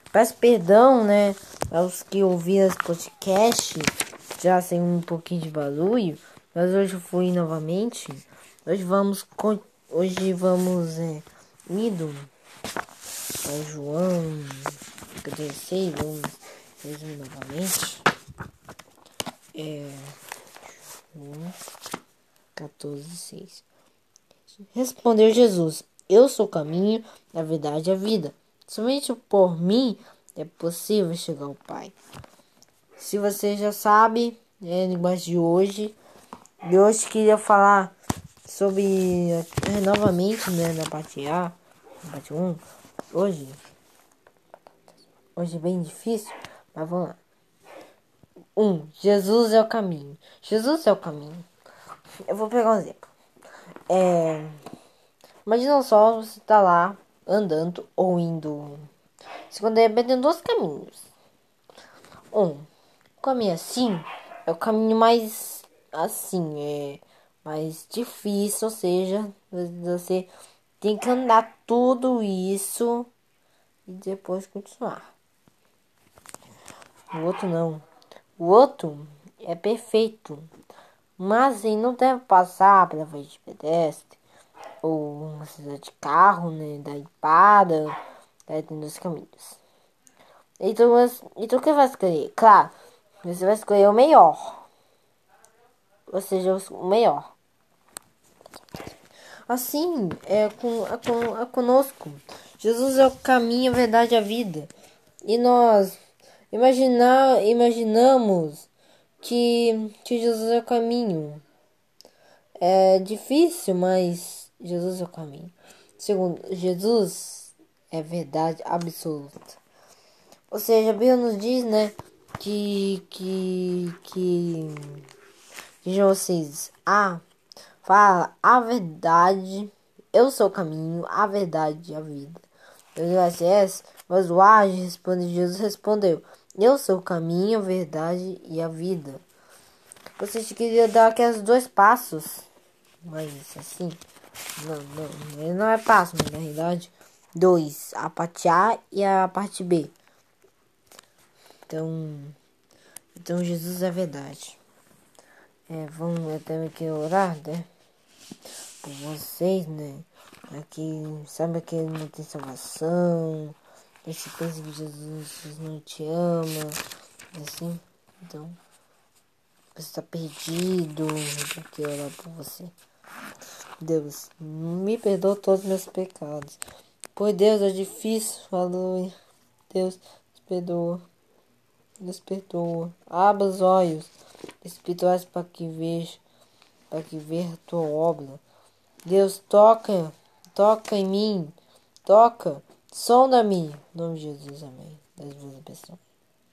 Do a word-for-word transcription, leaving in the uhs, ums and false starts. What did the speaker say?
Peço perdão, né, aos que ouviram esse podcast, já sem um pouquinho de barulho, mas hoje eu fui novamente. Hoje vamos, hoje vamos, é, indo ao João dezesseis, vamos resumir novamente. É, João quatorze, seis. Respondeu Jesus: Eu sou o caminho, a verdade e a vida. Somente por mim é possível chegar ao Pai. Se você já sabe, é a linguagem de hoje. E hoje queria falar sobre, é, novamente, né, na parte A, na parte um. Hoje, hoje é bem difícil, mas vamos lá. um. Jesus é o caminho. Jesus é o caminho. Eu vou pegar um exemplo. É, imagina só, você tá lá andando ou indo. Segundo é tem dois caminhos. Um, o caminho assim é o caminho mais assim, é mais difícil, ou seja, você tem que andar tudo isso e depois continuar. O outro não. O outro é perfeito, mas ele não deve passar pela frente de pedestre ou precisa de carro, né, da espada. Daí tem dois caminhos. Então, então o que vai escolher? Claro, você vai escolher o melhor. Ou seja, o melhor. Assim é, com, é, com, é conosco. Jesus é o caminho, a verdade e a vida. E nós imaginar, imaginamos que, que Jesus é o caminho. É difícil, mas Jesus é o caminho. Segundo, Jesus é verdade absoluta. Ou seja, a Bíblia nos diz, né, que que que, que João seis a fala a verdade, eu sou o caminho, a verdade e a vida. S S, mas o Age responde, Jesus respondeu: Eu sou o caminho, a verdade e a vida. Você queria dar aqueles dois passos, mas assim, não, não, ele não é passo, mas na realidade, dois, a parte A e a parte B. Então, então Jesus é verdade. É, vamos até que orar, né? Por vocês, né? Aqui, sabe que não tem salvação. Esse pensa que Jesus não te ama. Assim, então, você está perdido. Eu quero orar por você. Deus, me perdoa todos os meus pecados. Pois Deus é difícil, falou. Deus, me perdoa. Deus perdoa. Abra os olhos espirituais para que veja, para que veja a tua obra. Deus, toca, toca em mim, toca, sonda-me. Em nome de Jesus, amém. Das duas pessoas.